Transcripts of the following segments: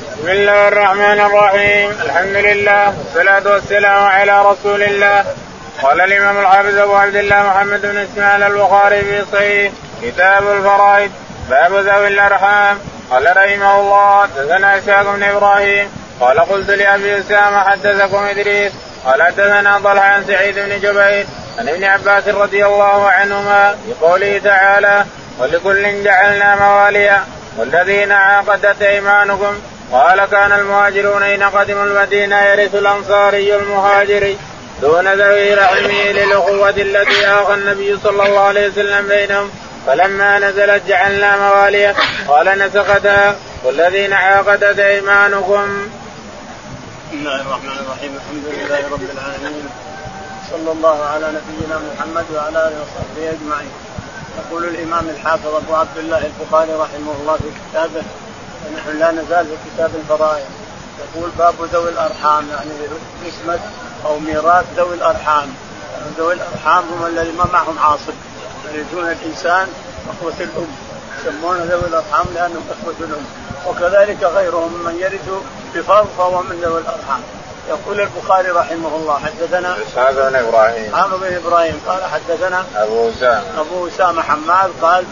بسم الله الرحمن الرحيم. الحمد لله والصلاة والسلام على رسول الله. قال الإمام الحافظ أبو عبد الله محمد بن إسماعيل البخاري في صحيح كتاب الفرائض باب ذوي الأرحام. قال رحمه الله حدثنا إسحاق بن إبراهيم قال قلت لأبي أسامة حدثكم إدريس قال حدثنا طلحة عن سعيد بن جبير عن ابن عباس رضي الله عنهما بقوله تعالى ولكل جعلنا مواليا والذين عاقدت أيمانكم. قال كان المهاجرون إن قدموا المدينة يرث الأنصاري المهاجري دون ذوي رحمه للأخوة التي آخى النبي صلى الله عليه وسلم بينهم فلما نزلت جعلنا مواليا قال نسختها والذين عاقدت أيمانكم. بسم الله الرحمن الرحيم. الحمد لله رب العالمين صلى الله على نبينا محمد وعلى آله وصحبه أجمعين. يقول الإمام الحافظ أبو عبد الله البخاري رحمه الله في كتابه ونحن لا نزال في كتاب الفرائض. يقول باب ذوي الأرحام يعني قسمة أو ميراث ذوي الأرحام. ذوي الأرحام هم الذين ما معهم عاصب يرثون الإنسان أخوة الأم يسمون ذوي الأرحام لأنهم أخوة الأم وكذلك غيرهم من يرث بفرض فهو من ذوي الأرحام. يقول البخاري رحمه الله حدثنا إسحاق بن إبراهيم قال حدثنا أبو أسامة حماد قال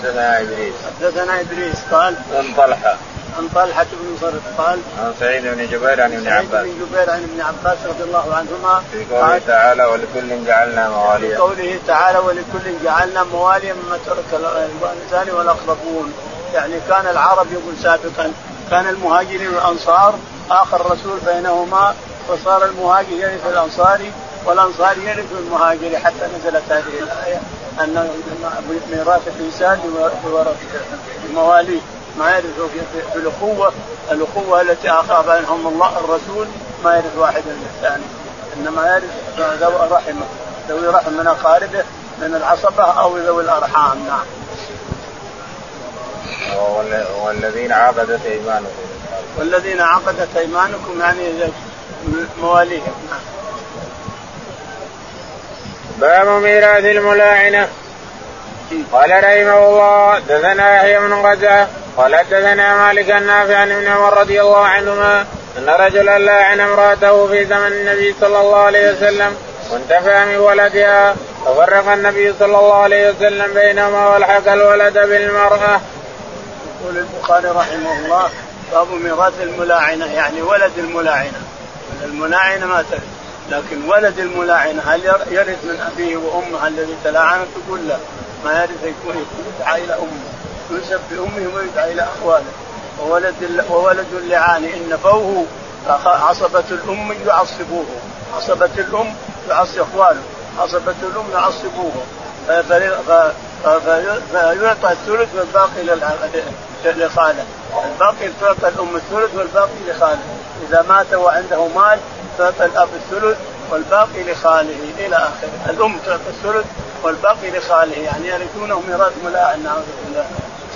حدثنا إدريس قال عن طلحة بن صرف قال عن سعيد بن جبير عن ابن عباس رضي الله عنهما في قوله تعالى ولكل جعلنا مواليا مما ترك الوالدان والأقربون. يعني كان العرب يقول سابقا كان المهاجرين والأنصار آخر الرسول بينهما فصار المهاجر يرث الأنصاري والأنصاري يرث المهاجر حتى نزلت هذه الآية أن ميراث الإنسان بورث الموالي ما يرث في الأخوة التي آخى بينهم الله الرسول ما يرث واحد من الثاني إنما يرث ذوي رحم من أقاربه من العصبة أو ذوي الأرحام. نعم. والذين عقدت أيمانكم يعني مواليهم. باب ميراث الملاعنة. قال رحمه الله حدثنا يحيى بن غزة قال حدثنا مالك النافع عن ابن عمر رضي الله عنهما أن رجلا لاعن امرأته في زمن النبي صلى الله عليه وسلم وانتفع من ولدها ففرق النبي صلى الله عليه وسلم بينهما والحق الولد بالمرأة. يقول البخاري رحمه الله باب ميراث الملاعنة يعني ولد الملاعنة ما ترث لكن ولد الملاعنة هل يرث من أبيه وأمه الذي تلاعنه تقول لا ما يرث يكون يدعى إلى أمه ينسب بأمه ويدعى إلى أخواله. وولد اللعان إن فوه عصبة الأم يعصبوه عصبة الأم يعصب أخواله عصبة الأم يعصبوه فيعطى الثلث والباقي لخاله. الباقي تعطى الأم الثلث والباقي لخاله. إذا مات وعنده مال تعطى الأب الثلث والباقي لخاله إلى آخره. الأم تعطى الثلث والباقي لخاله يعني يرثونه ميراث ملاعن. نعوذ بالله.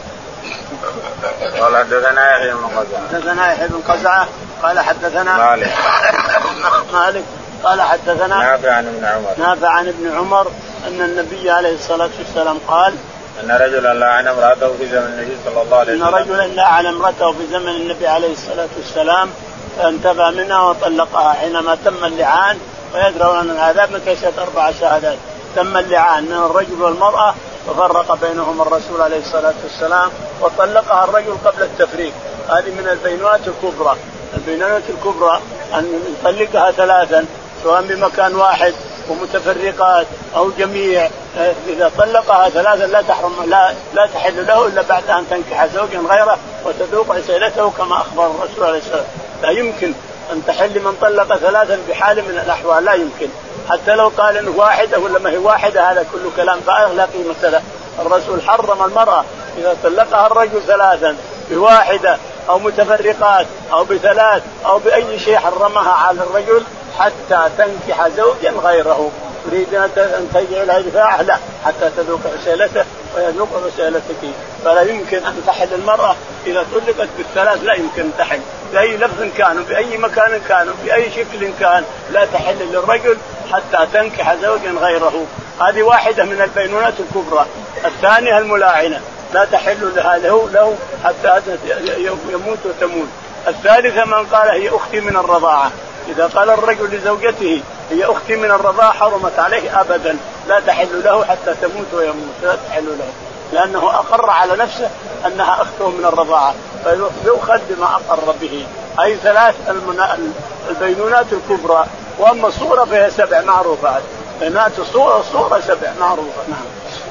قال حدثنا يحيى بن قزعة قال حدثنا مالك قال حدثنا نافع عن ابن عمر أن النبي عليه الصلاة والسلام قال أن رجلا لعن امرأته في زمن النبي صلى الله عليه وسلم أن رجلا لعن امرأته في زمن النبي عليه الصلاة والسلام فانتبه منها وطلقها حينما تم اللعان ويدرون أن العذاب نكشت 4 شهادات. تم اللعان من الرجل والمرأة وفرق بينهم الرسول عليه الصلاة والسلام وطلقها الرجل قبل التفريق. هذه من البينات الكبرى أن يطلقها 3 سواء بمكان واحد ومتفرقات أو جميع. إذا طلقها 3 لا تحل له إلا بعد أن تنكح زوجا غيره وتذوق عسيلته كما أخبر الرسول عليه الصلاة والسلام. لا يمكن أن تحل من طلق 3 بحال من الأحوال لا يمكن حتى لو قال إنه واحدة ولا ما هي واحدة هذا كله كلام فارغ لا قيمة له. الرسول حرم المرأة إذا طلقها الرجل 3 بواحدة أو متفرقات أو ب3 أو بأي شيء حرمها على الرجل حتى تنكح زوجا غيره. تريد أن تجعل الدفاع لا حتى تذوق عسيلته ويذوق عسيلتك. فلا يمكن أن تحل المرأة إذا طلقت ب3 لا يمكن أن تحل بأي لفظ كانوا بأي مكان كانوا بأي شكل كان لا تحل للرجل حتى تنكح زوجا غيره. هذه واحدة من البينونات الكبرى. الثانية الملاعنة لا تحل لها له حتى يموت وتموت الثالثة من قال هي أختي من الرضاعة. إذا قال الرجل لزوجته هي أختي من الرضاعة حرمت عليه أبدا، لا تحل له حتى تموت ويموت، لا تحل له، لأنه أقر على نفسه أنها أخته من الرضاعة، فيؤخذ بما أقر به. أي ثلاث البينونات الكبرى. وأما الصورة فهي 7 معروفات، بينات الصورة 7 معروفة. نعم.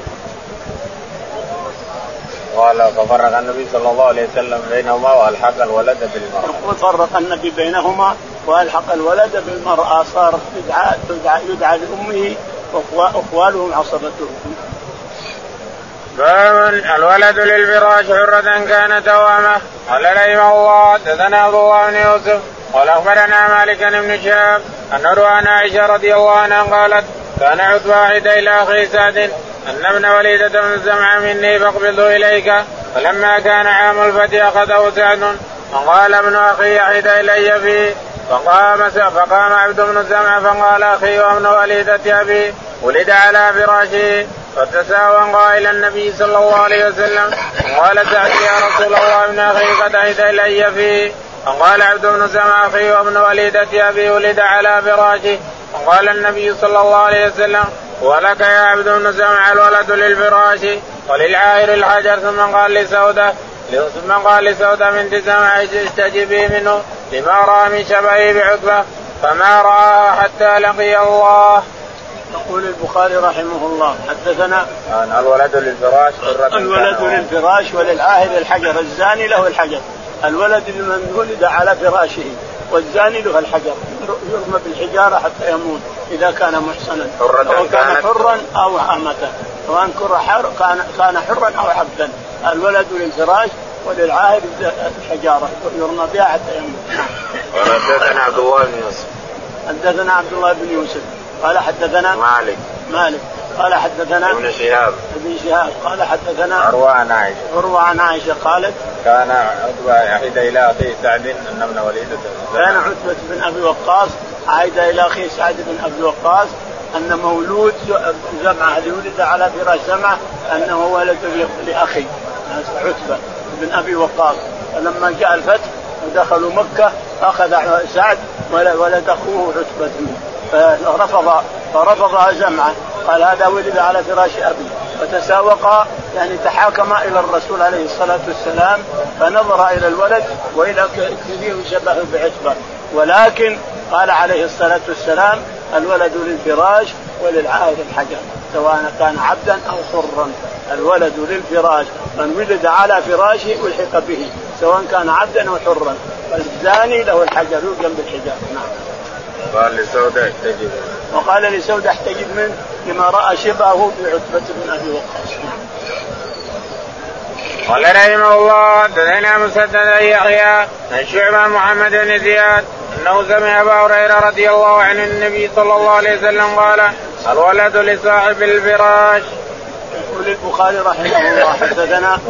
قال ففرق النبي صلى الله عليه وسلم بينهما وألحق الولد بالمرأة. وفرق النبي بينهما وألحق الولد بالمرأة، صارت يدعى لأمه وأخوالهم عصبته. باب الولد للفراش حرة كانت أوامه. قال رحمه الله حدثنا عبد الله بن يوسف قال أخبرنا مالك بن شهاب أن عن عائشة رضي الله عنها قالت كان عتبة واحد إلى أخي سعد أن ابن وليدة بن زمعة مني فاقبضه إليك، فلما كان عام الفتح أخذه سعد فقال ابن أخي يعد إلي فيه، فقام عبد بن زمعة فقال أخي وابن وليدة أبي ولد على فراشه، فتساوى قائل النبي صلى الله عليه وسلم قال سعد يا رسول الله ابن أخي قد عد إلي فيه، فقال عبد بن زمعة أخي وابن وليدة أبي ولد على فراشه، فقال النبي صلى الله عليه وسلم ولك يا عبد بن زمعة الولد للفراش وللعائر الحجر. ثم قال لسودة بنت زمعة استجبي منه لما رأى من شبهه بعتبة فما رآه حتى لقي الله. يقول البخاري رحمه الله حدثنا الولد للفراش للفراش وللعاهر الحجر. الزاني له الحجر، الولد لمن ولد على فراشه، والزاني له الحجر، يرمى بالحجارة حتى يموت إذا كان محصنا، سواء كان حرا أو أمة، سواء كان حرا أو عبدا. الولد للفراش وللعاهر الحجارة يرمى بها حتى يموت. حدثنا عبد الله بن يوسف حدثنا عبد الله بن يوسف قال حدثنا مالك قال حدثنا ابن شهاب قال حدثنا عروة عن عائشة قالت كان عتبة يعيد إلى أخي سعد أن ابن وليدة كان عتبة بن أبي وقاص عايد إلى أخي سعد بن أبي وقاص أن مولود زمعة اللي ولد على فراش زمعة أنه ولد لأخي عتبة بن أبي وقاص. فلما جاء الفتح ودخلوا مكة أخذ سعد ولد أخوه عتبة فرفض زمعة، قال هذا ولد على فراش أبي، فتساوقا يعني تحاكما إلى الرسول عليه الصلاة والسلام، فنظر إلى الولد وإلى كثير شبهه بعتبة، ولكن قال عليه الصلاة والسلام الولد للفراش وللعاهر الحجر، سواء كان عبدا أو حرا. الولد للفراش من ولد على فراشه والحق به سواء كان عبدا أو حرا، فالزاني له الحجر يرجم بالحجر. نعم. قال لسودة احتجب وقال لسودة احتجب منه لما رأى شبهه بعتبة بن أبي وقاص. قال رحمه الله حدثنا مسدد يحيى عن شعبة محمد بن زياد أنه سمع أبا هريرة رضي الله عنه النبي صلى الله عليه وسلم قال الولد لصاحب الفراش. يقول البخاري رحمه الله حدثنا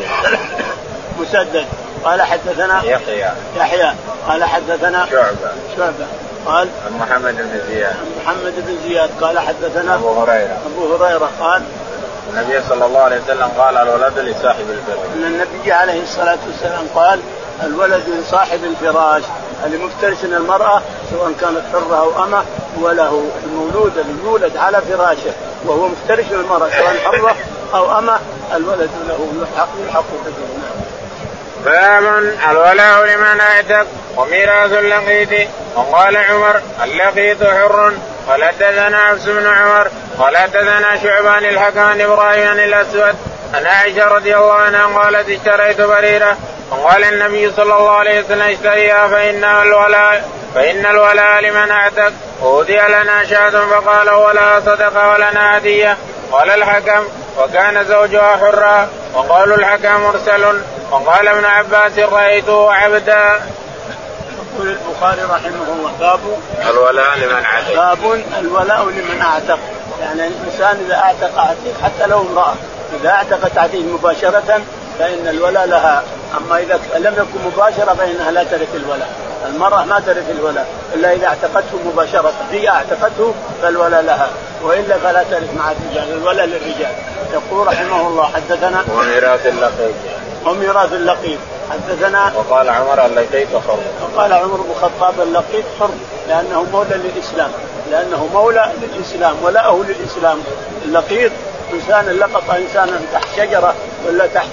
مسدد قال حدثنا يحيى قال حدثنا شعبة قال محمد بن زياد قال حدثنا أبو هريرة قال النبي صلى الله عليه وسلم قال الولد لصاحب الفراش. أن النبي عليه الصلاة والسلام قال الولد لصاحب الفراش، اللي مفترس المرأة سواء كانت حرة أو أمة، وله المولود اللي يولد على فراشه وهو مفترس المرأة سواء حرة أو أمة، الولد له يلحق به. باب الولاء لمن اعتق وميراث اللقيط. وقال عمر اللقيط حر. قال حدثنا عبس بن عمر قال حدثنا شعبان الحكم إبراهيم الأسود أن عائشة رضي الله عنها قالت اشتريت بريرة، وقال النبي صلى الله عليه وسلم اشتريها فإن الولاء لمن اعتق. أودي لنا شاة فقال ولا صدقة ولنا هدية. قال الحكم وكان زوجها حرا، وقال الحكم مرسل. وقال ابن عباس رأيته عبدا. يقول البخاري رحمه الله باب الولاء لمن اعتق. باب الولاء لمن اعتق، يعني الإنسان إذا اعتق عتيق حتى لو امرأة إذا اعتقت عتيق مباشرة فإن الولاء لها، أما إذا لم يكن مباشرة فإنها لا ترث الولاء. المرأة ما ترث الولاء إلا إذا اعتقته مباشرة، هي اعتقته فالولاء لها، وإلا فلا ترث مع الرجال، الولاء للرجال. يقول رحمه الله حدثنا وميراث اللقيط. وميراث اللقيط. حدثنا. وقال عمر اللقيط حر. وقال عمر بن الخطاب اللقيط حر لأنه مولى للإسلام، لأنه مولى للإسلام ولاءه للإسلام. اللقيط إنسان لقط إنسانا تحت شجرة ولا تحت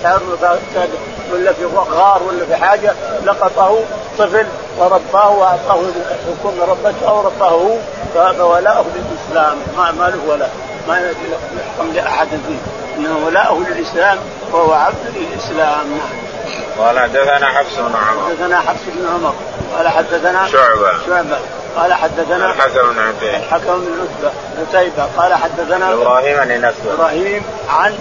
ولا في غار ولا في حاجة، لقطه طفل ورباه وأعطاه حكم ربته أو رباه هو، فهذا ولاءه للإسلام، ما له ولا ما يحكم لأحد فيه، إنه ولاءه للإسلام وهو عبد للإسلام. قال حدثنا حفص بن عمر. حدثنا حفص بن عمر قال حدثنا شعبة قال حدثنا الحكم بن عتيبة قال حدثنا إبراهيم عن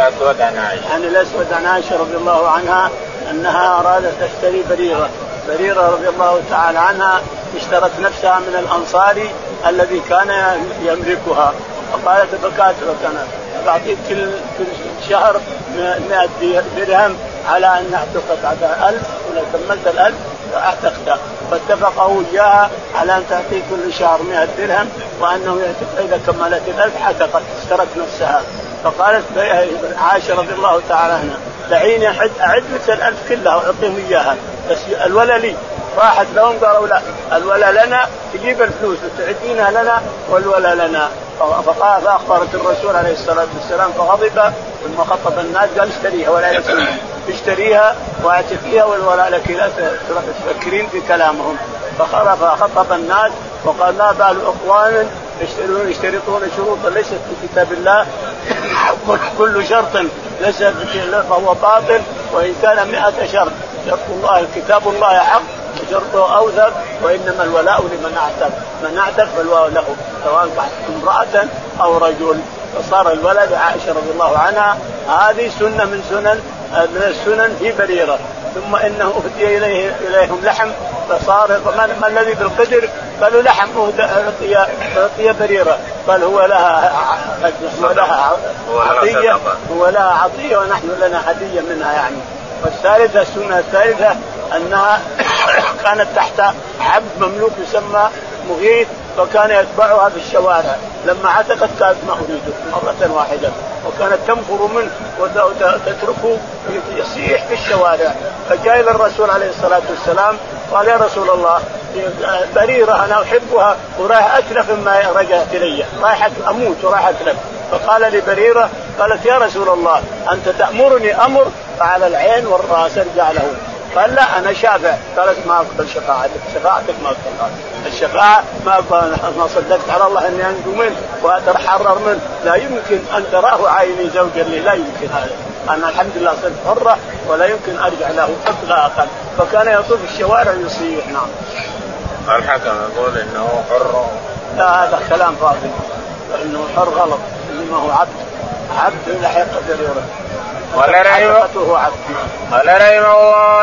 الأسود عن عائشة رضي الله عنها أنها أرادت تشتري بريرة رضي الله تعالى عنها، اشترت نفسها من الأنصاري الذي كان يملكها، فقالت بكات وكان بعطيك كل شهر 100 درهم على أن أعتقد بعد 1000 ولا كملت 1000 فأعتقد، فاتفقوا إياها على أن تعطي كل شهر 100 درهم وأنه يعتقد إذا كملت 1000 اعتقد، اشترت نفسها. فقالت عائشة رضي الله تعالى عنها دعيني أعد مثل 1000 كلها وأعطيهم إياها بس الولا لي. راحت لهم قالوا لا الولا لنا، تجيب الفلوس وتعدينها لنا والولا لنا. فأخبرت الرسول عليه الصلاة والسلام فغضب ثم خطب الناس قال اشتريها ولا يكفي، اشتريها واعتقيها والولا لك، لا تفكرين في كلامهم. فخطب الناس وقال لا بال أقوام يشترطون شروطا ليست في كتاب الله كل شرط ليس فهو باطل، وإن كان 100 شرط شرط الله كتاب الله حق وشرطه أوثق، وإنما الولاء لمن اعتق، من اعتق فالولاء له سواء كانت امرأة أو رجل. فصار الولد عائشة رضي الله عنها هذه سنة من السنن في بريرة. ثم إنه أهدي إليهم لحم فصار ما الذي بالقدر قالوا لحم أهدي بريرة، قال هو لها عطية ونحن لنا هدية منها يعني. والثالثة السنة الثالثة أنها كانت تحت عبد مملوك يسمى مغيث، فكان يتبعها في الشوارع، لما عتقت كانت ما أريده مرة واحدة وكانت تنفر منه وتتركه يصيح في الشوارع. فجاء إلى الرسول عليه الصلاة والسلام قال يا رسول الله بريرة أنا أحبها ورايح أتلف ما رجعت إلي، رايح أموت ورايح أتلف. فقال لبريرة قالت يا رسول الله أنت تأمرني أمر فعلى العين والرأس ارجع له. قال لا أنا شافع. قالت ما أقبل شفاعتك ما أقبل الشفاعة، ما صدقت على الله أني أنجو منه وأتحرر منه، لا يمكن أن تراه عيني زوجا لي، لا يمكن هذا، أنا الحمد لله صرت حرة ولا يمكن أرجع له إطلاقا. فكان يطوف الشوارع يصيح. نعم. الحكم يقول إنه حر، لا هذا كلام فاضي، إنه حر غلط، إنما هو عبد لحق بريرة ولا رحمه الله.